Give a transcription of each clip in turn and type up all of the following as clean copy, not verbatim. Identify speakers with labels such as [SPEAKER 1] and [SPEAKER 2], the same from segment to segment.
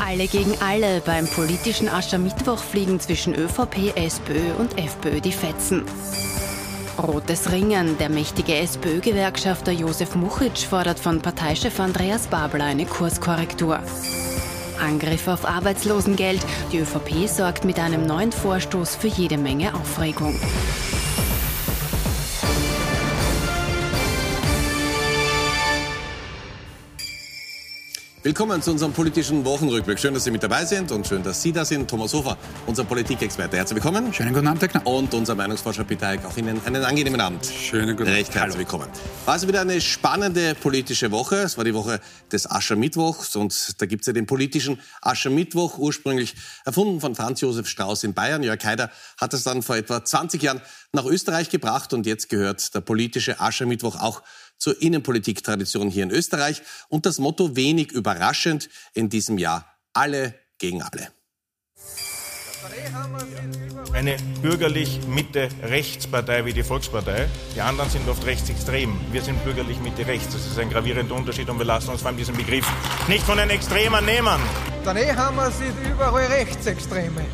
[SPEAKER 1] Alle gegen alle. Beim politischen Aschermittwoch fliegen zwischen ÖVP, SPÖ und FPÖ die Fetzen. Rotes Ringen. Der mächtige SPÖ-Gewerkschafter Josef Muchitsch fordert von Parteichef Andreas Babler eine Kurskorrektur. Angriff auf Arbeitslosengeld. Die ÖVP sorgt mit einem neuen Vorstoß für jede Menge Aufregung.
[SPEAKER 2] Willkommen zu unserem politischen Wochenrückblick. Schön, dass Sie mit dabei sind und schön, dass Sie da sind. Thomas Hofer, unser Politikexperte. Herzlich willkommen.
[SPEAKER 3] Schönen guten Abend, Herr Knapp.
[SPEAKER 2] Und unser Meinungsforscher Peter Eick. Auch Ihnen einen angenehmen Abend.
[SPEAKER 3] Schönen guten Abend.
[SPEAKER 2] Recht herzlich willkommen. War also wieder eine spannende politische Woche. Es war die Woche des Aschermittwochs und da gibt es ja den politischen Aschermittwoch, ursprünglich erfunden von Franz Josef Strauß in Bayern. Jörg Haider hat es dann vor etwa 20 Jahren nach Österreich gebracht und jetzt gehört der politische Aschermittwoch auch zur Innenpolitik-Tradition hier in Österreich. Und das Motto, wenig überraschend in diesem Jahr: alle gegen alle.
[SPEAKER 4] Eine bürgerlich-Mitte-Rechtspartei wie die Volkspartei. Die anderen sind oft rechtsextrem. Wir sind bürgerlich-Mitte-rechts. Das ist ein gravierender Unterschied und wir lassen uns vor allem diesen Begriff nicht von den Extremen nehmen.
[SPEAKER 5] Daneben haben wir überall Rechtsextreme.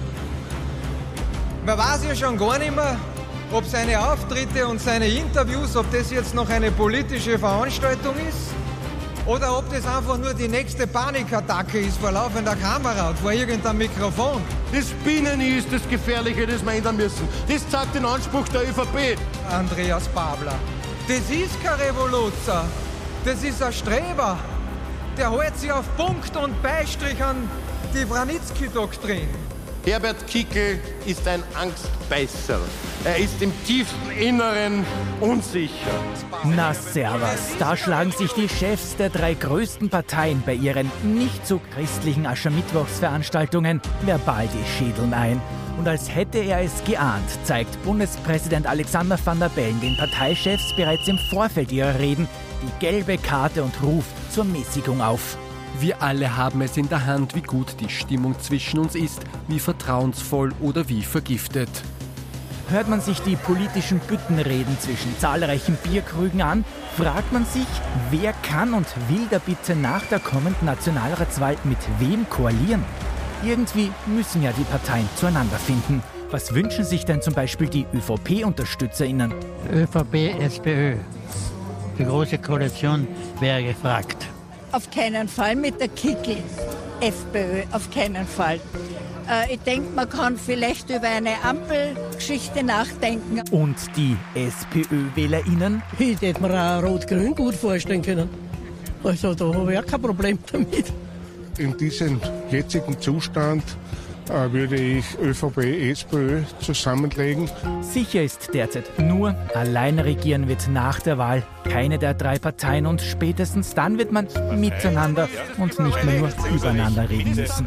[SPEAKER 5] Man weiß ja schon gar nicht mehr, ob seine Auftritte und seine Interviews, ob das jetzt noch eine politische Veranstaltung ist oder ob das einfach nur die nächste Panikattacke ist vor laufender Kamera und vor irgendeinem Mikrofon.
[SPEAKER 6] Das Bienen ist das Gefährliche, das wir ändern müssen. Das zeigt den Anspruch der ÖVP.
[SPEAKER 5] Andreas Babler, das ist kein Revoluzer, das ist ein Streber. Der hält sich auf Punkt und Beistrich an die Vranitzky-Doktrin.
[SPEAKER 6] Herbert Kickl ist ein Angstbeißer. Er ist im tiefsten Inneren unsicher.
[SPEAKER 7] Na servus, da schlagen sich die Chefs der 3 größten Parteien bei ihren nicht so christlichen Aschermittwochsveranstaltungen verbal die Schädeln ein. Und als hätte er es geahnt, zeigt Bundespräsident Alexander Van der Bellen den Parteichefs bereits im Vorfeld ihrer Reden die gelbe Karte und ruft zur Mäßigung auf.
[SPEAKER 8] Wir alle haben es in der Hand, wie gut die Stimmung zwischen uns ist, wie vertrauensvoll oder wie vergiftet.
[SPEAKER 7] Hört man sich die politischen Büttenreden zwischen zahlreichen Bierkrügen an, fragt man sich, wer kann und will da bitte nach der kommenden Nationalratswahl mit wem koalieren? Irgendwie müssen ja die Parteien zueinander finden. Was wünschen sich denn zum Beispiel die ÖVP-UnterstützerInnen?
[SPEAKER 9] ÖVP, SPÖ. Die große Koalition wäre gefragt.
[SPEAKER 10] Auf keinen Fall mit der Kickl. FPÖ, auf keinen Fall. Ich denke, man kann vielleicht über eine Ampelgeschichte nachdenken.
[SPEAKER 7] Und die SPÖ-WählerInnen?
[SPEAKER 11] Ich hätte mir auch Rot-Grün gut vorstellen können. Also da habe ich auch kein Problem damit.
[SPEAKER 12] In diesem jetzigen Zustand würde ich ÖVP, SPÖ zusammenlegen.
[SPEAKER 7] Sicher ist derzeit nur, allein regieren wird nach der Wahl keine der 3 Parteien und spätestens dann wird man miteinander und nicht mehr nur übereinander reden müssen.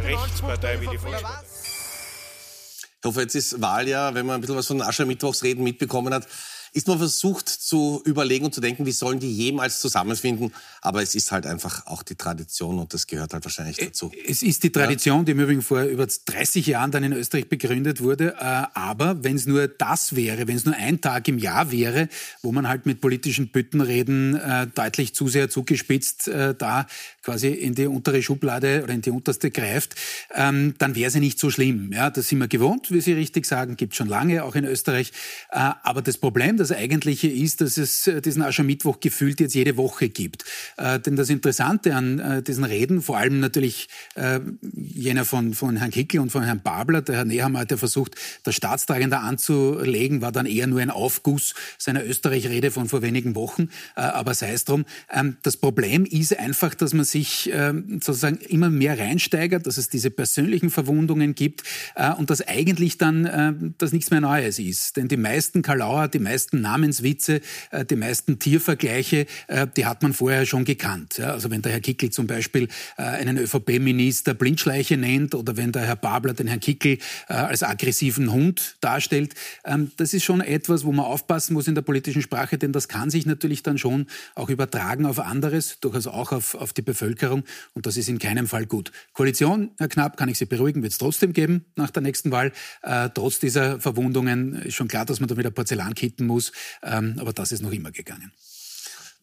[SPEAKER 2] Ich hoffe, jetzt ist Wahljahr, wenn man ein bisschen was von Aschermittwochsreden mitbekommen hat, ist man versucht zu überlegen und zu denken, wie sollen die jemals zusammenfinden. Aber es ist halt einfach auch die Tradition und das gehört halt wahrscheinlich dazu.
[SPEAKER 3] Es ist die Tradition, die im Übrigen vor über 30 Jahren dann in Österreich begründet wurde. Aber wenn es nur das wäre, wenn es nur ein Tag im Jahr wäre, wo man halt mit politischen Büttenreden deutlich zu sehr zugespitzt da quasi in die untere Schublade oder in die unterste greift, dann wäre es ja nicht so schlimm. Ja, das sind wir gewohnt, wie Sie richtig sagen, gibt schon lange, auch in Österreich. Aber das Problem, das eigentliche ist, dass es diesen Aschermittwoch gefühlt jetzt jede Woche gibt. Denn das Interessante an diesen Reden, vor allem natürlich jener von Herrn Kickl und von Herrn Babler, der Herr Nehammer hat ja versucht, das Staatstragende anzulegen, war dann eher nur ein Aufguss seiner Österreich-Rede von vor wenigen Wochen, aber sei es drum. Das Problem ist einfach, dass man sich sozusagen immer mehr reinsteigert, dass es diese persönlichen Verwundungen gibt und dass eigentlich dann das nichts mehr Neues ist. Denn die meisten Kalauer, die meisten Namenswitze, die meisten Tiervergleiche, die hat man vorher schon gekannt. Ja, also wenn der Herr Kickl zum Beispiel einen ÖVP-Minister Blindschleiche nennt oder wenn der Herr Babler den Herrn Kickl als aggressiven Hund darstellt, das ist schon etwas, wo man aufpassen muss in der politischen Sprache, denn das kann sich natürlich dann schon auch übertragen auf anderes, durchaus auch auf die Bevölkerung und das ist in keinem Fall gut. Koalition, Herr Knapp, kann ich Sie beruhigen, wird es trotzdem geben nach der nächsten Wahl. Trotz dieser Verwundungen ist schon klar, dass man da wieder Porzellan kitten muss, aber das ist noch immer gegangen.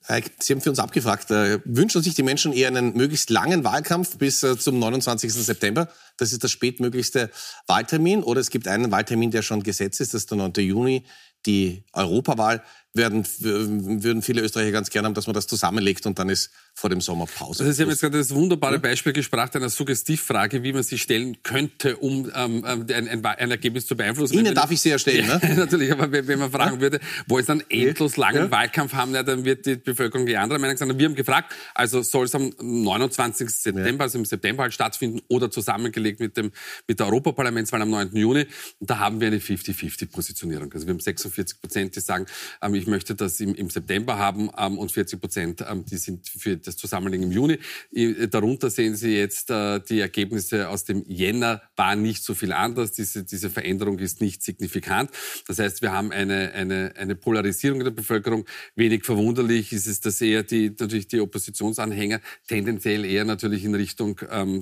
[SPEAKER 2] Sie haben für uns abgefragt, wünschen sich die Menschen eher einen möglichst langen Wahlkampf bis zum 29. September? Das ist der spätmöglichste Wahltermin. Oder es gibt einen Wahltermin, der schon gesetzt ist, das ist der 9. Juni, die Europawahl. Würden viele Österreicher ganz gerne haben, dass man das zusammenlegt und dann ist vor dem Sommer Pause.
[SPEAKER 13] Also Sie haben jetzt gerade das wunderbare Beispiel gebracht einer Suggestivfrage, wie man sie stellen könnte, um ein Ergebnis zu beeinflussen.
[SPEAKER 2] Ihnen darf ich sie ja stellen,
[SPEAKER 13] ja,
[SPEAKER 2] ne?
[SPEAKER 13] Natürlich, aber wenn man fragen würde, wollen Sie einen endlos langen Wahlkampf haben, ja, dann wird die Bevölkerung die andere Meinung sein. Wir haben gefragt, also soll es am 29. September, also im September halt stattfinden oder zusammengelegt mit der Europaparlamentswahl am 9. Juni. Und da haben wir eine 50-50-Positionierung. Also wir haben 46%, die sagen, ich möchte das im September haben und 40%, die sind für das Zusammenlegen im Juni. Darunter sehen Sie jetzt die Ergebnisse aus dem Jänner, waren nicht so viel anders. Diese Veränderung ist nicht signifikant. Das heißt, wir haben eine Polarisierung in der Bevölkerung. Wenig verwunderlich ist es, dass eher natürlich die Oppositionsanhänger tendenziell eher natürlich in Richtung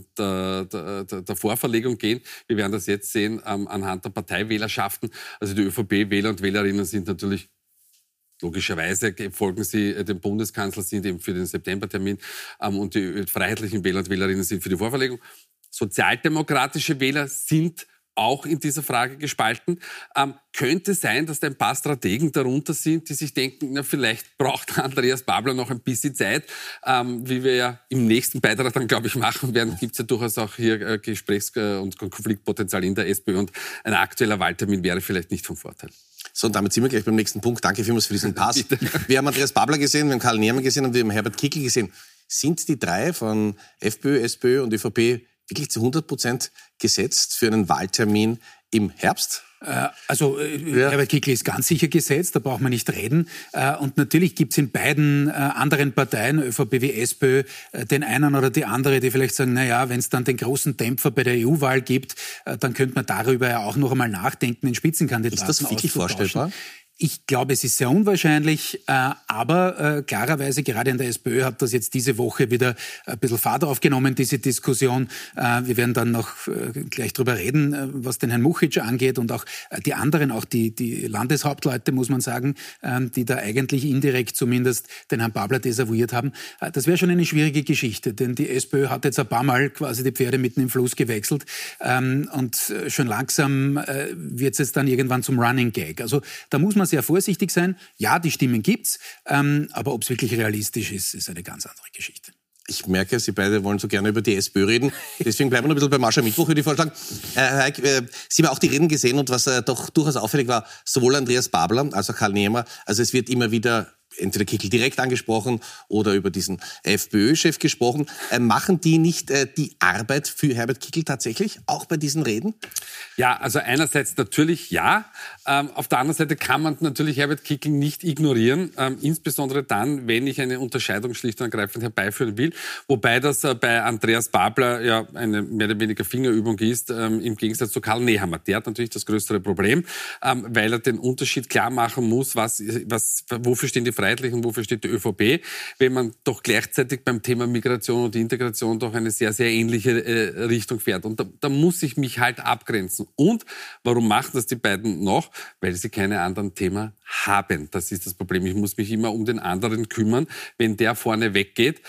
[SPEAKER 13] der Vorverlegung gehen. Wir werden das jetzt sehen anhand der Parteiwählerschaften. Also die ÖVP-Wähler und Wählerinnen sind natürlich logischerweise folgen sie dem Bundeskanzler, sind eben für den Septembertermin und die freiheitlichen Wähler und Wählerinnen sind für die Vorverlegung. Sozialdemokratische Wähler sind auch in dieser Frage gespalten. Könnte sein, dass da ein paar Strategen darunter sind, die sich denken, na, vielleicht braucht Andreas Babler noch ein bisschen Zeit. Wie wir ja im nächsten Beitrag dann, glaube ich, machen werden, gibt es ja durchaus auch hier Gesprächs- und Konfliktpotenzial in der SPÖ und ein aktueller Wahltermin wäre vielleicht nicht vom Vorteil.
[SPEAKER 2] So, und damit sind wir gleich beim nächsten Punkt. Danke vielmals für diesen Pass. Wir haben Andreas Babler gesehen, wir haben Karl Nehammer gesehen und wir haben Herbert Kickl gesehen. Sind die drei von FPÖ, SPÖ und ÖVP wirklich zu 100% gesetzt für einen Wahltermin im Herbst?
[SPEAKER 3] Herbert Kickl ist ganz sicher gesetzt, da braucht man nicht reden. Und natürlich gibt es in beiden anderen Parteien, ÖVP wie SPÖ, den einen oder die andere, die vielleicht sagen, naja, wenn es dann den großen Dämpfer bei der EU-Wahl gibt, dann könnte man darüber ja auch noch einmal nachdenken, den Spitzenkandidaten auszutauschen.
[SPEAKER 2] Ist das wirklich vorstellbar?
[SPEAKER 3] Ich glaube, es ist sehr unwahrscheinlich, aber klarerweise, gerade in der SPÖ hat das jetzt diese Woche wieder ein bisschen Fahrt aufgenommen, diese Diskussion. Wir werden dann noch gleich drüber reden, was den Herrn Muchic angeht und auch die anderen, auch die Landeshauptleute, muss man sagen, die da eigentlich indirekt zumindest den Herrn Babler desavouiert haben. Das wäre schon eine schwierige Geschichte, denn die SPÖ hat jetzt ein paar Mal quasi die Pferde mitten im Fluss gewechselt und schon langsam wird es jetzt dann irgendwann zum Running Gag. Also da muss man sehr vorsichtig sein. Ja, die Stimmen gibt's, aber ob es wirklich realistisch ist, ist eine ganz andere Geschichte.
[SPEAKER 2] Ich merke, Sie beide wollen so gerne über die SPÖ reden. Deswegen bleiben wir noch ein bisschen beim Aschermittwoch, würde ich vorschlagen. Herr Haig, Sie haben auch die Reden gesehen und was doch durchaus auffällig war, sowohl Andreas Babler als auch Karl Nehammer, also es wird immer wieder entweder Kickl direkt angesprochen oder über diesen FPÖ-Chef gesprochen. Machen die nicht die Arbeit für Herbert Kickl tatsächlich, auch bei diesen Reden?
[SPEAKER 13] Ja, also einerseits natürlich ja. Auf der anderen Seite kann man natürlich Herbert Kickl nicht ignorieren, insbesondere dann, wenn ich eine Unterscheidung schlicht und ergreifend herbeiführen will. Wobei das bei Andreas Babler ja eine mehr oder weniger Fingerübung ist, im Gegensatz zu Karl Nehammer. Der hat natürlich das größere Problem, weil er den Unterschied klar machen muss, wofür stehen die Freiheitlichen, wofür steht die ÖVP, wenn man doch gleichzeitig beim Thema Migration und Integration doch eine sehr, sehr ähnliche Richtung fährt. Und da muss ich mich halt abgrenzen. Und warum machen das die beiden noch? Weil sie keine anderen Themen haben. Das ist das Problem. Ich muss mich immer um den anderen kümmern. Wenn der vorne weggeht,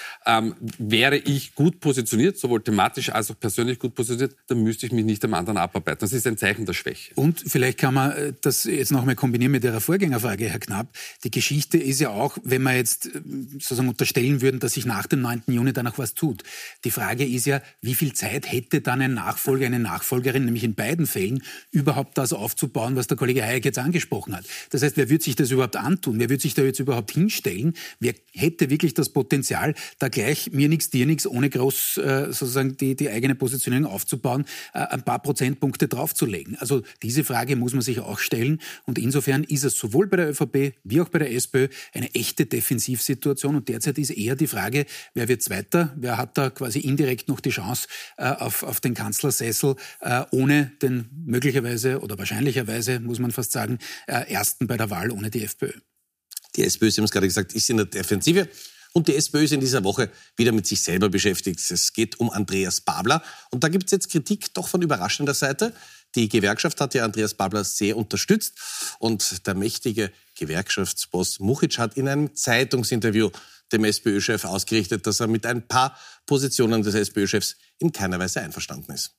[SPEAKER 13] wäre ich gut positioniert, sowohl thematisch als auch persönlich gut positioniert, dann müsste ich mich nicht am anderen abarbeiten. Das ist ein Zeichen der Schwäche.
[SPEAKER 3] Und vielleicht kann man das jetzt noch mal kombinieren mit Ihrer Vorgängerfrage, Herr Knapp. Die Geschichte ist ja auch, wenn wir jetzt sozusagen unterstellen würden, dass sich nach dem 9. Juni da noch was tut. Die Frage ist ja, wie viel Zeit hätte dann ein Nachfolger, eine Nachfolgerin, nämlich in beiden Fällen, überhaupt das aufzubauen, was der Kollege Hayek jetzt angesprochen hat. Das heißt, wer würde sich das überhaupt antun? Wer würde sich da jetzt überhaupt hinstellen? Wer hätte wirklich das Potenzial, da gleich mir nichts, dir nichts, ohne groß sozusagen die eigene Positionierung aufzubauen, ein paar Prozentpunkte draufzulegen? Also diese Frage muss man sich auch stellen. Und insofern ist es sowohl bei der ÖVP wie auch bei der SPÖ eine echte Defensivsituation. Und derzeit ist eher die Frage, wer wird Zweiter? Wer hat da quasi indirekt noch die Chance auf den Kanzlersessel, ohne den möglicherweise oder wahrscheinlicherweise, muss man fast sagen, Ersten bei der Wahl ohne die FPÖ.
[SPEAKER 2] Die SPÖ, Sie haben es gerade gesagt, ist in der Defensive. Und die SPÖ ist in dieser Woche wieder mit sich selber beschäftigt. Es geht um Andreas Babler. Und da gibt es jetzt Kritik doch von überraschender Seite. Die Gewerkschaft hat ja Andreas Babler sehr unterstützt. Und der mächtige Gewerkschaftsboss Muchic hat in einem Zeitungsinterview dem SPÖ-Chef ausgerichtet, dass er mit ein paar Positionen des SPÖ-Chefs in keiner Weise einverstanden ist.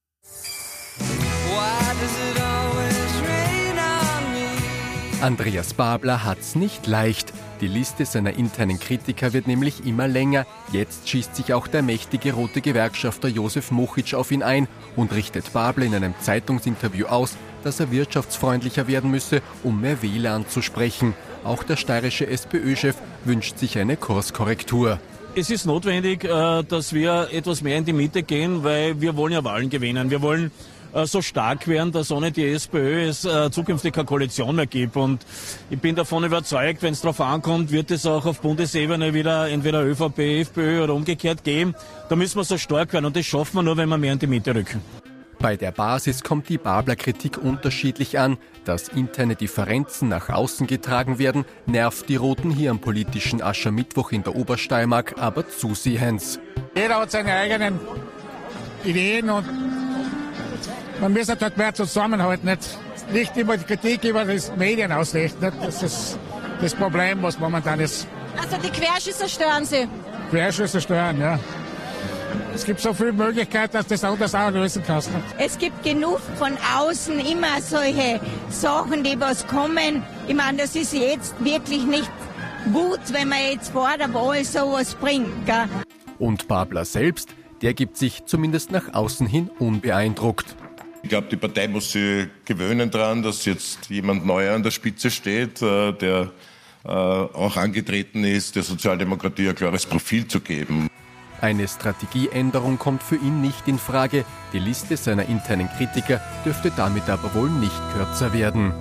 [SPEAKER 8] Andreas Babler hat's nicht leicht. Die Liste seiner internen Kritiker wird nämlich immer länger. Jetzt schießt sich auch der mächtige rote Gewerkschafter Josef Muchic auf ihn ein und richtet Babler in einem Zeitungsinterview aus, dass er wirtschaftsfreundlicher werden müsse, um mehr Wähler anzusprechen. Auch der steirische SPÖ-Chef wünscht sich eine Kurskorrektur.
[SPEAKER 14] Es ist notwendig, dass wir etwas mehr in die Mitte gehen, weil wir wollen ja Wahlen gewinnen. Wir wollen so stark werden, dass ohne die SPÖ es zukünftig keine Koalition mehr gibt. Und ich bin davon überzeugt, wenn es darauf ankommt, wird es auch auf Bundesebene wieder entweder ÖVP, FPÖ oder umgekehrt geben. Da müssen wir so stark werden und das schaffen wir nur, wenn wir mehr in die Mitte rücken.
[SPEAKER 8] Bei der Basis kommt die Babler-Kritik unterschiedlich an. Dass interne Differenzen nach außen getragen werden, nervt die Roten hier am politischen Aschermittwoch in der Obersteiermark aber zusehends.
[SPEAKER 15] Jeder hat seine eigenen Ideen und man muss halt mehr zusammenhalten. Nicht immer die Kritik über die Medien ausrichten. Das ist das Problem, was momentan ist.
[SPEAKER 16] Also die Querschüsse stören Sie?
[SPEAKER 15] Querschüsse stören, ja. Es gibt so viele Möglichkeiten, dass das anders auch lösen kannst.
[SPEAKER 10] Es gibt genug von außen immer solche Sachen, die was kommen. Ich meine, das ist jetzt wirklich nicht gut, wenn man jetzt vor der Wahl sowas bringt. Gell?
[SPEAKER 8] Und Babler selbst, der gibt sich zumindest nach außen hin unbeeindruckt.
[SPEAKER 17] Ich glaube, die Partei muss sich gewöhnen daran, dass jetzt jemand Neuer an der Spitze steht, der auch angetreten ist, der Sozialdemokratie ein klares Profil zu geben.
[SPEAKER 8] Eine Strategieänderung kommt für ihn nicht in Frage. Die Liste seiner internen Kritiker dürfte damit aber wohl nicht kürzer werden.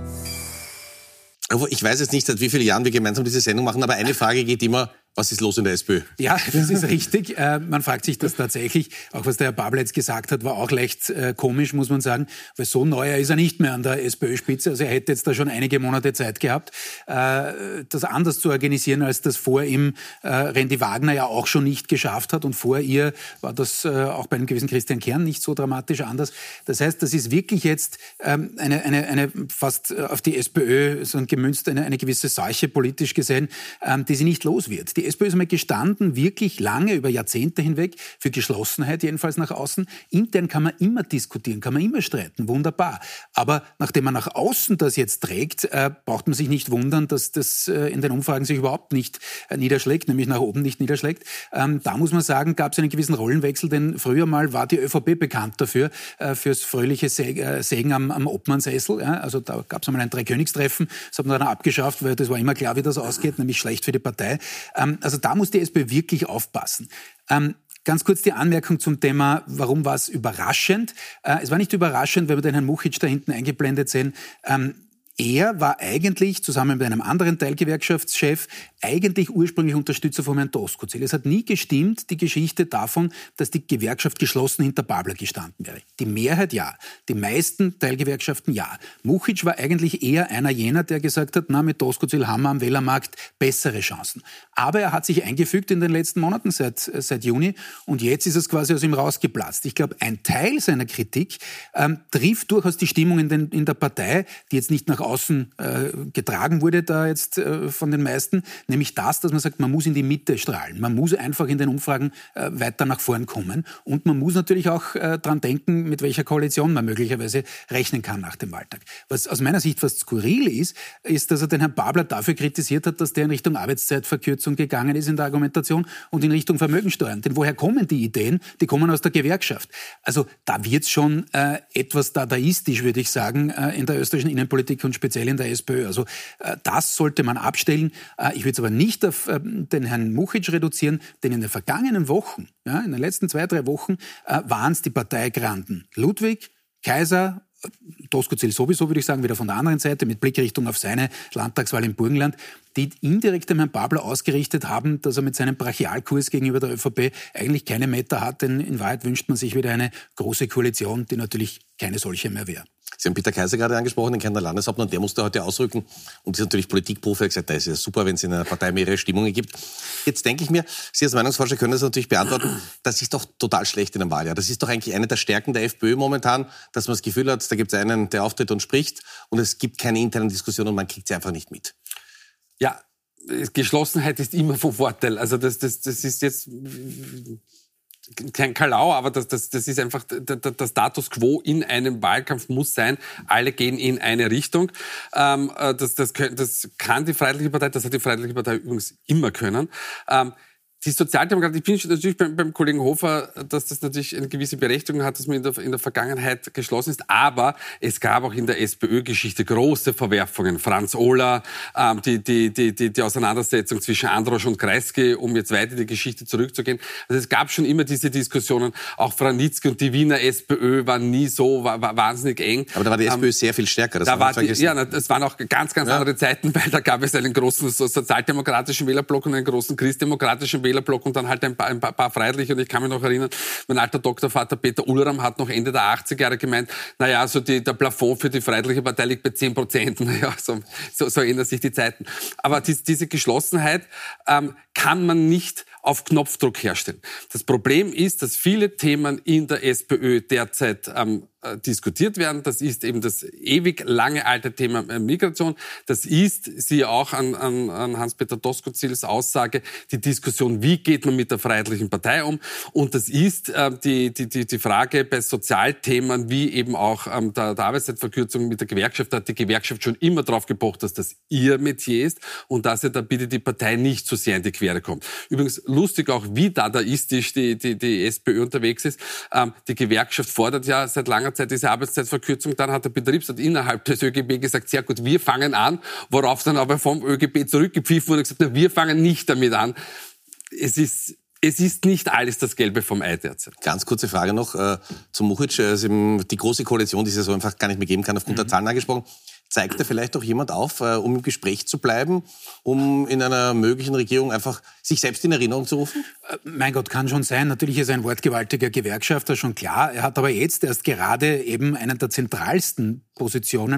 [SPEAKER 2] Ich weiß jetzt nicht, seit wie vielen Jahren wir gemeinsam diese Sendung machen, aber eine Frage geht immer: Was ist los in der SPÖ?
[SPEAKER 3] Ja, das ist richtig. Man fragt sich das tatsächlich. Auch was der Herr Babler jetzt gesagt hat, war auch leicht komisch, muss man sagen. Weil so neuer ist er nicht mehr an der SPÖ-Spitze. Also er hätte jetzt da schon einige Monate Zeit gehabt, das anders zu organisieren, als das vor ihm Randy Wagner ja auch schon nicht geschafft hat. Und vor ihr war das auch bei einem gewissen Christian Kern nicht so dramatisch anders. Das heißt, das ist wirklich jetzt eine fast auf die SPÖ so gemünzt, eine gewisse Seuche politisch gesehen, die sie nicht los wird. Die SPÖ ist einmal gestanden, wirklich lange, über Jahrzehnte hinweg, für Geschlossenheit jedenfalls nach außen. Intern kann man immer diskutieren, kann man immer streiten, wunderbar. Aber nachdem man nach außen das jetzt trägt, braucht man sich nicht wundern, dass das in den Umfragen sich überhaupt nicht niederschlägt, nämlich nach oben nicht niederschlägt. Da muss man sagen, gab es einen gewissen Rollenwechsel, denn früher mal war die ÖVP bekannt dafür, fürs fröhliche Sägen am Obmannsessel. Ja, also da gab es einmal ein Dreikönigstreffen, das hat man dann abgeschafft, weil das war immer klar, wie das ausgeht, nämlich schlecht für die Partei. Also da muss die SPÖ wirklich aufpassen. Ganz kurz die Anmerkung zum Thema, warum war es überraschend? Es war nicht überraschend, wenn wir den Herrn Muchic da hinten eingeblendet sehen. Er war eigentlich, zusammen mit einem anderen Teilgewerkschaftschef, eigentlich ursprünglich Unterstützer von Herrn Doskozil. Es hat nie gestimmt, die Geschichte davon, dass die Gewerkschaft geschlossen hinter Babler gestanden wäre. Die Mehrheit ja, die meisten Teilgewerkschaften ja. Muchic war eigentlich eher einer jener, der gesagt hat, na, mit Doskozil haben wir am Wählermarkt bessere Chancen. Aber er hat sich eingefügt in den letzten Monaten, seit Juni, und jetzt ist es quasi aus ihm rausgeplatzt. Ich glaube, ein Teil seiner Kritik trifft durchaus die Stimmung in der Partei, die jetzt nicht nach außen getragen wurde da jetzt von den meisten, nämlich das, dass man sagt, man muss in die Mitte strahlen. Man muss einfach in den Umfragen weiter nach vorn kommen und man muss natürlich auch dran denken, mit welcher Koalition man möglicherweise rechnen kann nach dem Wahltag. Was aus meiner Sicht fast skurril ist, dass er den Herrn Babler dafür kritisiert hat, dass der in Richtung Arbeitszeitverkürzung gegangen ist in der Argumentation und in Richtung Vermögensteuern. Denn woher kommen die Ideen? Die kommen aus der Gewerkschaft. Also da wird es schon etwas dadaistisch, würde ich sagen, in der österreichischen Innenpolitik und speziell in der SPÖ. Also das sollte man abstellen. Ich würde es aber nicht auf den Herrn Muchic reduzieren, denn in den vergangenen Wochen, ja, in den letzten 2-3 Wochen, waren es die Parteigranden Ludwig, Kaiser, Doskozil sowieso, würde ich sagen, wieder von der anderen Seite, mit Blickrichtung auf seine Landtagswahl im Burgenland, die indirekt dem Herrn Babler ausgerichtet haben, dass er mit seinem Brachialkurs gegenüber der ÖVP eigentlich keine Meter hat, denn in Wahrheit wünscht man sich wieder eine große Koalition, die natürlich keine solche mehr wäre.
[SPEAKER 2] Sie haben Peter Kaiser gerade angesprochen, den Kärntner Landeshauptmann, und der musste heute ausrücken und ist natürlich Politikprofi, er hat gesagt, da ist ja super, wenn es in einer Partei mehrere Stimmungen gibt. Jetzt denke ich mir, Sie als Meinungsforscher können das natürlich beantworten, das ist doch total schlecht in einem Wahljahr. Das ist doch eigentlich eine der Stärken der FPÖ momentan, dass man das Gefühl hat, da gibt es einen, der auftritt und spricht und es gibt keine internen Diskussionen und man kriegt sie einfach nicht mit.
[SPEAKER 13] Ja, Geschlossenheit ist immer von Vorteil. Also das ist jetzt kein Kalau, aber das ist einfach der Status quo in einem Wahlkampf muss sein. Alle gehen in eine Richtung. Das kann die Freiheitliche Partei, das hat die Freiheitliche Partei übrigens immer können. Die Sozialdemokratie, ich bin natürlich beim Kollegen Hofer, dass das natürlich eine gewisse Berechtigung hat, dass man in der Vergangenheit geschlossen ist. Aber es gab auch in der SPÖ-Geschichte große Verwerfungen. Franz Ohler, die Auseinandersetzung zwischen Androsch und Kreisky, um jetzt weiter in die Geschichte zurückzugehen. Also es gab schon immer diese Diskussionen. Auch Franitzky und die Wiener SPÖ waren nie so wahnsinnig eng.
[SPEAKER 2] Aber da war die SPÖ sehr viel stärker. Das
[SPEAKER 13] das waren auch ganz andere Zeiten, weil da gab es einen großen sozialdemokratischen Wählerblock und einen großen christdemokratischen Wählerblock und dann halt ein paar Freiheitliche. Und ich kann mich noch erinnern, mein alter Doktorvater Peter Ulram hat noch Ende der 80er Jahre gemeint, naja, also der Plafond für die Freiheitliche Partei liegt bei 10%. Naja, so ändern sich die Zeiten. Aber diese Geschlossenheit kann man nicht auf Knopfdruck herstellen. Das Problem ist, dass viele Themen in der SPÖ derzeit diskutiert werden. Das ist eben das ewig lange alte Thema Migration. Das ist, siehe auch an Hans-Peter Doskozils Aussage, die Diskussion, wie geht man mit der Freiheitlichen Partei um. Und das ist die Frage bei Sozialthemen, wie eben auch der Arbeitszeitverkürzung mit der Gewerkschaft. Da hat die Gewerkschaft schon immer drauf gepocht, dass das ihr Metier ist und dass da bitte die Partei nicht so sehr in die Quere kommt. Übrigens lustig auch, wie dadaistisch die SPÖ unterwegs ist. Die Gewerkschaft fordert ja seit langer Zeit diese Arbeitszeitverkürzung. Dann hat der Betriebsrat innerhalb des ÖGB gesagt, sehr gut, wir fangen an, worauf dann aber vom ÖGB zurückgepfiffen wurde und gesagt, na, wir fangen nicht damit an. Es ist nicht alles das Gelbe vom Ei derzeit.
[SPEAKER 2] Ganz kurze Frage noch zu Muchic. Also die große Koalition, die es ja so einfach gar nicht mehr geben kann, aufgrund der Zahlen angesprochen. Zeigt da vielleicht auch jemand auf, um im Gespräch zu bleiben, um in einer möglichen Regierung einfach sich selbst in Erinnerung zu rufen?
[SPEAKER 3] Mein Gott, kann schon sein. Natürlich ist er ein wortgewaltiger Gewerkschafter, schon klar. Er hat aber jetzt erst gerade eben eine der zentralsten Positionen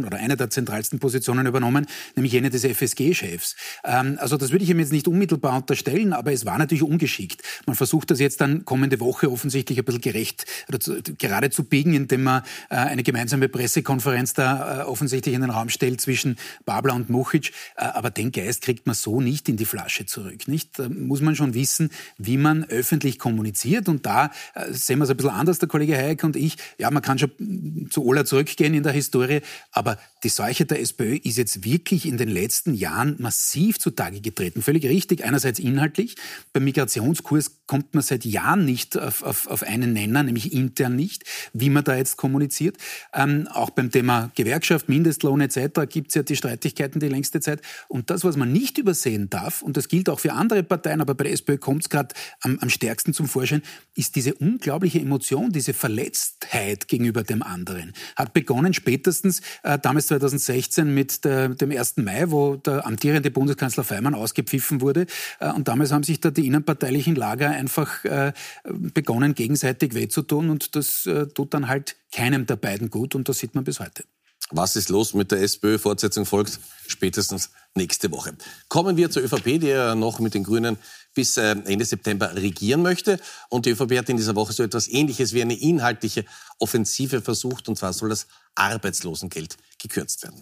[SPEAKER 3] übernommen, nämlich jene des FSG-Chefs. Also das würde ich ihm jetzt nicht unmittelbar unterstellen, aber es war natürlich ungeschickt. Man versucht das jetzt dann kommende Woche offensichtlich ein bisschen gerecht oder gerade zu biegen, indem man eine gemeinsame Pressekonferenz da offensichtlich in den Raum stellt zwischen Babler und Muchic. Aber den Geist kriegt man so nicht in die Flasche zurück. Nicht? Da muss man schon wissen, wie man öffentlich kommuniziert. Und da sehen wir es ein bisschen anders, der Kollege Hayek und ich. Ja, man kann schon zu Ohler zurückgehen in der Historie, aber die Seuche der SPÖ ist jetzt wirklich in den letzten Jahren massiv zutage getreten. Völlig richtig, einerseits inhaltlich. Beim Migrationskurs kommt man seit Jahren nicht auf einen Nenner, nämlich intern nicht, wie man da jetzt kommuniziert. Auch beim Thema Gewerkschaft, Mindestlohn etc. gibt es ja die Streitigkeiten die längste Zeit. Und das, was man nicht übersehen darf, und das gilt auch für andere Parteien, aber bei der SPÖ kommt es gerade am stärksten zum Vorschein, ist diese unglaubliche Emotion, diese Verletztheit gegenüber dem anderen. Hat begonnen spätestens damals 2016 mit dem 1. Mai, wo der amtierende Bundeskanzler Faymann ausgepfiffen wurde. Und damals haben sich da die innenparteilichen Lager einfach begonnen, gegenseitig weh zu tun. Und das tut dann halt keinem der beiden gut. Und das sieht man bis heute.
[SPEAKER 2] Was ist los mit der SPÖ? Fortsetzung folgt spätestens nächste Woche. Kommen wir zur ÖVP, die ja noch mit den Grünen bis Ende September regieren möchte. Und die ÖVP hat in dieser Woche so etwas Ähnliches wie eine inhaltliche Offensive versucht. Und zwar soll das Arbeitslosengeld gekürzt werden.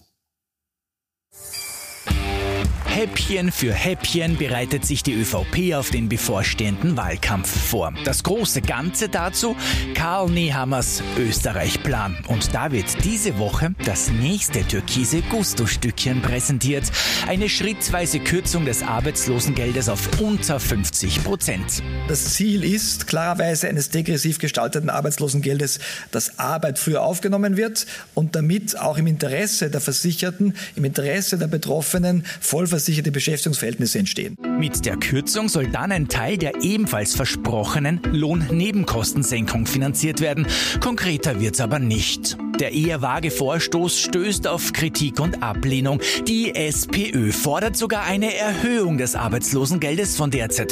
[SPEAKER 7] Häppchen für Häppchen bereitet sich die ÖVP auf den bevorstehenden Wahlkampf vor. Das große Ganze dazu Karl Nehammers Österreich-Plan. Und da wird diese Woche das nächste türkise Gusto-Stückchen präsentiert. Eine schrittweise Kürzung des Arbeitslosengeldes auf unter 50%.
[SPEAKER 18] Das Ziel ist klarerweise eines degressiv gestalteten Arbeitslosengeldes, dass Arbeit früher aufgenommen wird und damit auch im Interesse der Versicherten, im Interesse der Betroffenen vollversicherte Beschäftigungsverhältnisse entstehen.
[SPEAKER 7] Mit der Kürzung soll dann ein Teil der ebenfalls versprochenen Lohnnebenkostensenkung finanziert werden. Konkreter wird's aber nicht. Der eher vage Vorstoß stößt auf Kritik und Ablehnung. Die SPÖ fordert sogar eine Erhöhung des Arbeitslosengeldes von derzeit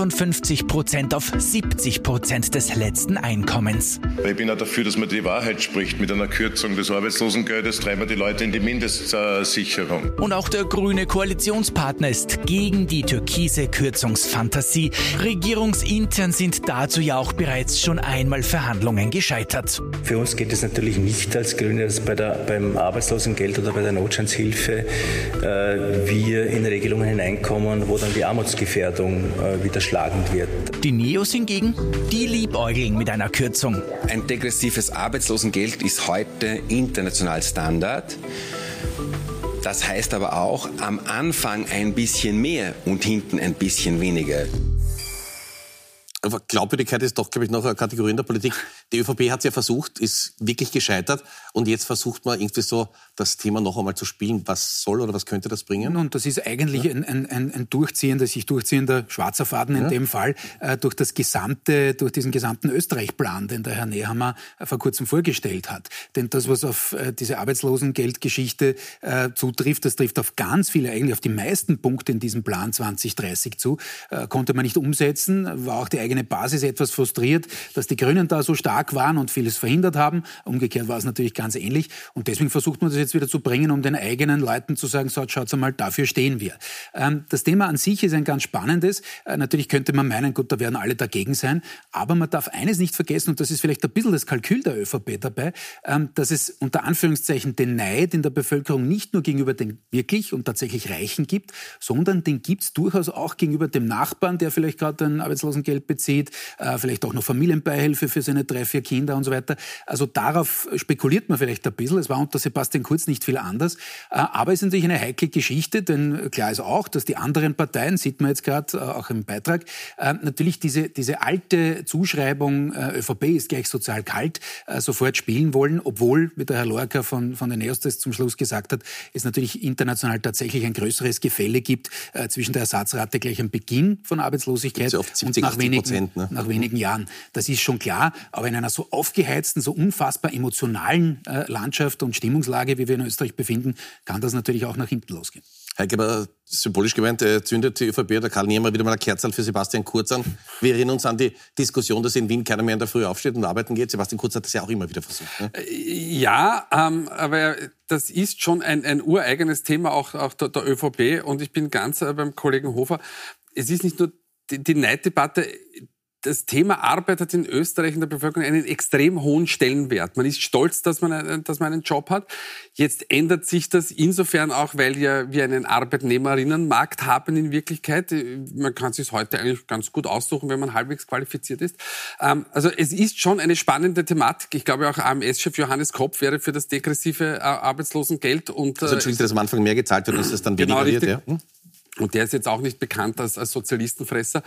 [SPEAKER 7] 55% auf 70% des letzten Einkommens.
[SPEAKER 17] Ich bin auch dafür, dass man die Wahrheit spricht. Mit einer Kürzung des Arbeitslosengeldes treiben wir die Leute in die Mindestsicherung.
[SPEAKER 7] Und auch der grüne Koalitionspartner ist gegen die türkise Kürzungsfantasie. Regierungsintern sind dazu ja auch bereits schon einmal Verhandlungen gescheitert.
[SPEAKER 19] Für uns geht es natürlich nicht als Grüne, dass beim Arbeitslosengeld oder bei der Notstandshilfe wir in Regelungen hineinkommen, wo dann die Armutsgefährdung wieder schlagend wird.
[SPEAKER 7] Die Neos hingegen, die liebäugeln mit einer Kürzung.
[SPEAKER 20] Ein degressives Arbeitslosengeld ist heute international Standard. Das heißt aber auch am Anfang ein bisschen mehr und hinten ein bisschen weniger.
[SPEAKER 2] Aber Glaubwürdigkeit ist doch, glaube ich, noch eine Kategorie in der Politik. Die ÖVP hat es ja versucht, ist wirklich gescheitert. Und jetzt versucht man irgendwie so das Thema noch einmal zu spielen. Was soll oder was könnte das bringen?
[SPEAKER 3] Und das ist eigentlich ein sich durchziehender schwarzer Faden in dem Fall durch diesen gesamten Österreich-Plan, den der Herr Nehammer vor kurzem vorgestellt hat. Denn das, was auf diese Arbeitslosengeldgeschichte zutrifft, das trifft auf ganz viele, eigentlich auf die meisten Punkte in diesem Plan 2030 zu. Konnte man nicht umsetzen, war auch die eigene Basis etwas frustriert, dass die Grünen da so stark waren und vieles verhindert haben. Umgekehrt war es natürlich ganz ähnlich. Und deswegen versucht man das jetzt wieder zu bringen, um den eigenen Leuten zu sagen, so, schaut's einmal, dafür stehen wir. Das Thema an sich ist ein ganz spannendes. Natürlich könnte man meinen, gut, da werden alle dagegen sein. Aber man darf eines nicht vergessen, und das ist vielleicht ein bisschen das Kalkül der ÖVP dabei, dass es unter Anführungszeichen den Neid in der Bevölkerung nicht nur gegenüber den wirklich und tatsächlich Reichen gibt, sondern den gibt's durchaus auch gegenüber dem Nachbarn, der vielleicht gerade ein Arbeitslosengeld bezieht, vielleicht auch noch Familienbeihilfe für seine 3-4 Kinder und so weiter. Also darauf spekuliert man vielleicht ein bisschen. Es war unter Sebastian Kurz nicht viel anders. Aber es ist natürlich eine heikle Geschichte, denn klar ist auch, dass die anderen Parteien, sieht man jetzt gerade auch im Beitrag, natürlich diese alte Zuschreibung, ÖVP ist gleich sozial kalt, sofort spielen wollen, obwohl, wie der Herr Lorca von den Neos das zum Schluss gesagt hat, es natürlich international tatsächlich ein größeres Gefälle gibt zwischen der Ersatzrate gleich am Beginn von Arbeitslosigkeit und nach wenigen Jahren. Das ist schon klar, aber in einer so aufgeheizten, so unfassbar emotionalen Landschaft und Stimmungslage, wie wir in Österreich befinden, kann das natürlich auch nach hinten losgehen.
[SPEAKER 2] Heike, aber symbolisch gemeint, zündet die ÖVP oder Karl Nehammer wieder mal eine Kerze für Sebastian Kurz an. Wir erinnern uns an die Diskussion, dass in Wien keiner mehr in der Früh aufsteht und arbeiten geht. Sebastian Kurz hat das ja auch immer wieder versucht. Ne?
[SPEAKER 13] Ja, aber das ist schon ein ureigenes Thema auch der ÖVP. Und ich bin ganz beim Kollegen Hofer. Es ist nicht nur die Neiddebatte. Das Thema Arbeit hat in Österreich in der Bevölkerung einen extrem hohen Stellenwert. Man ist stolz, dass man einen Job hat. Jetzt ändert sich das insofern auch, weil ja wir einen Arbeitnehmerinnenmarkt haben in Wirklichkeit. Man kann es sich heute eigentlich ganz gut aussuchen, wenn man halbwegs qualifiziert ist. Also es ist schon eine spannende Thematik. Ich glaube auch AMS-Chef Johannes Kopp wäre für das degressive Arbeitslosengeld. Und,
[SPEAKER 2] also Entschuldigung, dass am Anfang mehr gezahlt wird, dass es dann weniger wird. Ja?
[SPEAKER 13] Und der ist jetzt auch nicht bekannt als Sozialistenfresser.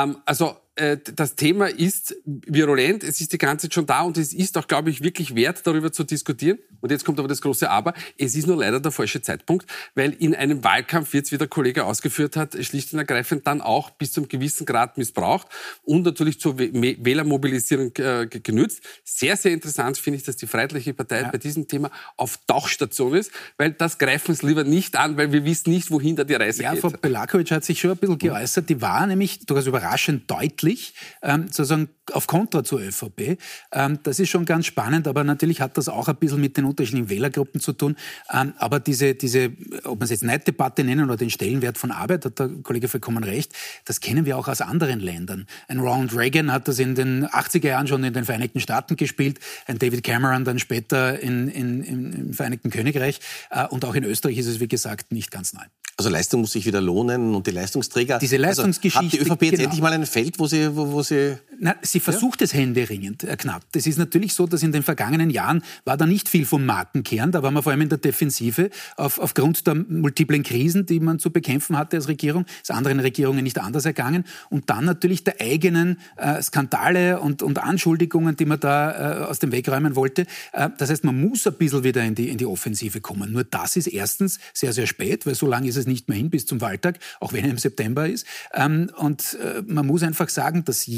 [SPEAKER 13] Das Thema ist virulent, es ist die ganze Zeit schon da und es ist auch, glaube ich, wirklich wert, darüber zu diskutieren. Und jetzt kommt aber das große Aber. Es ist nur leider der falsche Zeitpunkt, weil in einem Wahlkampf wird es, wie der Kollege ausgeführt hat, schlicht und ergreifend dann auch bis zu einem gewissen Grad missbraucht und natürlich zur Wählermobilisierung genützt. Sehr, sehr interessant finde ich, dass die Freiheitliche Partei bei diesem Thema auf Tauchstation ist, weil das greifen es lieber nicht an, weil wir wissen nicht, wohin da die Reise geht.
[SPEAKER 3] Frau Belakovic hat sich schon ein bisschen geäußert. Die war nämlich durchaus überraschend deutlich, sozusagen auf Kontra zur ÖVP. Das ist schon ganz spannend, aber natürlich hat das auch ein bisschen mit den unterschiedlichen Wählergruppen zu tun. Aber diese, ob man es jetzt Neiddebatte nennen oder den Stellenwert von Arbeit, hat der Kollege vollkommen recht, das kennen wir auch aus anderen Ländern. Ein Ronald Reagan hat das in den 80er Jahren schon in den Vereinigten Staaten gespielt, ein David Cameron dann später im Vereinigten Königreich. Und auch in Österreich ist es, wie gesagt, nicht ganz neu.
[SPEAKER 2] Also Leistung muss sich wieder lohnen und die Leistungsträger.
[SPEAKER 3] Diese Leistungsgeschichte.
[SPEAKER 2] Also hat die ÖVP jetzt endlich mal ein Feld, wo sie...
[SPEAKER 3] Na, sie versucht es händeringend, knapp. Das ist natürlich so, dass in den vergangenen Jahren war da nicht viel vom Markenkern. Da war man vor allem in der Defensive aufgrund der multiplen Krisen, die man zu bekämpfen hatte als Regierung. Ist anderen Regierungen nicht anders ergangen. Und dann natürlich der eigenen Skandale und Anschuldigungen, die man da aus dem Weg räumen wollte. Das heißt, man muss ein bisschen wieder in die Offensive kommen. Nur das ist erstens sehr, sehr spät, weil so lange ist es nicht mehr hin bis zum Wahltag, auch wenn er im September ist. Und man muss einfach sagen, dass jene,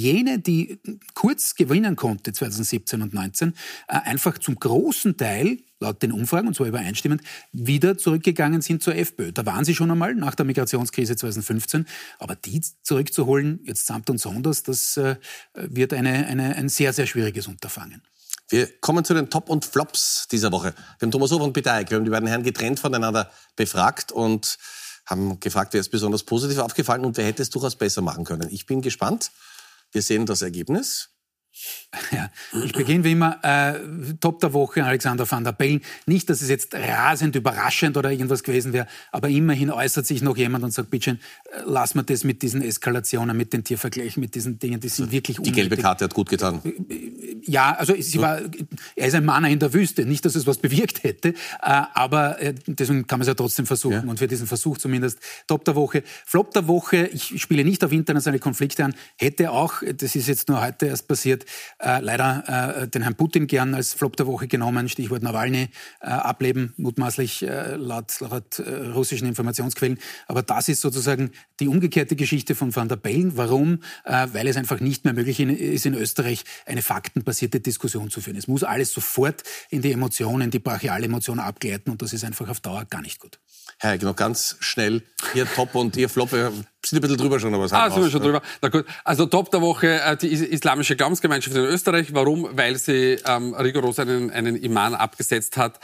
[SPEAKER 3] die kurz gewinnen konnte 2017 und 2019, einfach zum großen Teil, laut den Umfragen, und zwar übereinstimmend, wieder zurückgegangen sind zur FPÖ. Da waren sie schon einmal nach der Migrationskrise 2015, aber die zurückzuholen, jetzt samt und sonders, das wird ein sehr, sehr schwieriges Unterfangen.
[SPEAKER 2] Wir kommen zu den Top und Flops dieser Woche. Wir haben Thomas Hofer und Peter Eick. Wir haben die beiden Herren getrennt voneinander befragt und haben gefragt, wer ist besonders positiv aufgefallen und wer hätte es durchaus besser machen können. Ich bin gespannt. Wir sehen das Ergebnis.
[SPEAKER 3] Ja, ich beginne wie immer, Top der Woche, Alexander Van der Bellen. Nicht, dass es jetzt rasend überraschend oder irgendwas gewesen wäre, aber immerhin äußert sich noch jemand und sagt, bitte, lass mal das mit diesen Eskalationen, mit den Tiervergleichen, mit diesen Dingen, die sind wirklich unnötig.
[SPEAKER 2] Die gelbe Karte hat gut getan.
[SPEAKER 3] Ja, also er ist ein Mann in der Wüste. Nicht, dass es was bewirkt hätte, aber deswegen kann man es ja trotzdem versuchen. Ja. Und für diesen Versuch zumindest Top der Woche. Flop der Woche, ich spiele nicht auf internationale Konflikte an, hätte auch, das ist jetzt nur heute erst passiert, leider den Herrn Putin gern als Flop der Woche genommen. Stichwort Nawalny, Ableben, mutmaßlich laut russischen Informationsquellen. Aber das ist sozusagen die umgekehrte Geschichte von Van der Bellen. Warum? Weil es einfach nicht mehr möglich ist, in Österreich eine faktenbasierte Diskussion zu führen. Es muss alles sofort in die Emotionen, die brachiale Emotion abgleiten und das ist einfach auf Dauer gar nicht gut.
[SPEAKER 2] Herr Eick, noch ganz schnell, Ihr Top und Ihr Flop, wir sind ein bisschen drüber schon, aber es
[SPEAKER 13] sind wir schon drüber. Na gut. Also Top der Woche, die islamische Glaubensgemeinschaft in Österreich. Warum? Weil sie rigoros einen Imam abgesetzt hat,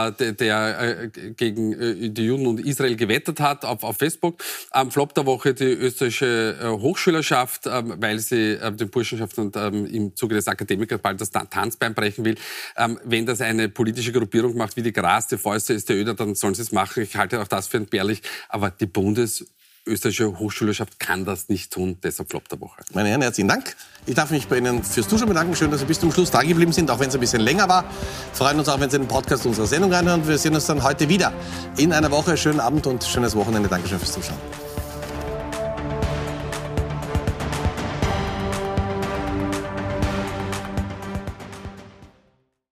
[SPEAKER 13] der gegen die Juden und Israel gewettert hat auf Facebook. Flop der Woche die österreichische Hochschülerschaft, weil sie den Burschenschaften im Zuge des Akademikers bald das Tanzbein brechen will. Wenn das eine politische Gruppierung macht, wie die Gras, die Fäuste, StÖ, dann sollen sie es machen. Ich halte auch das für entbehrlich. Aber die österreichische Hochschülerschaft kann das nicht tun. Deshalb Flop der Woche.
[SPEAKER 2] Meine Herren, herzlichen Dank. Ich darf mich bei Ihnen fürs Zuschauen bedanken. Schön, dass Sie bis zum Schluss da geblieben sind, auch wenn es ein bisschen länger war. Wir freuen uns auch, wenn Sie den Podcast unserer Sendung reinhören. Wir sehen uns dann heute wieder in einer Woche. Schönen Abend und schönes Wochenende. Dankeschön fürs Zuschauen.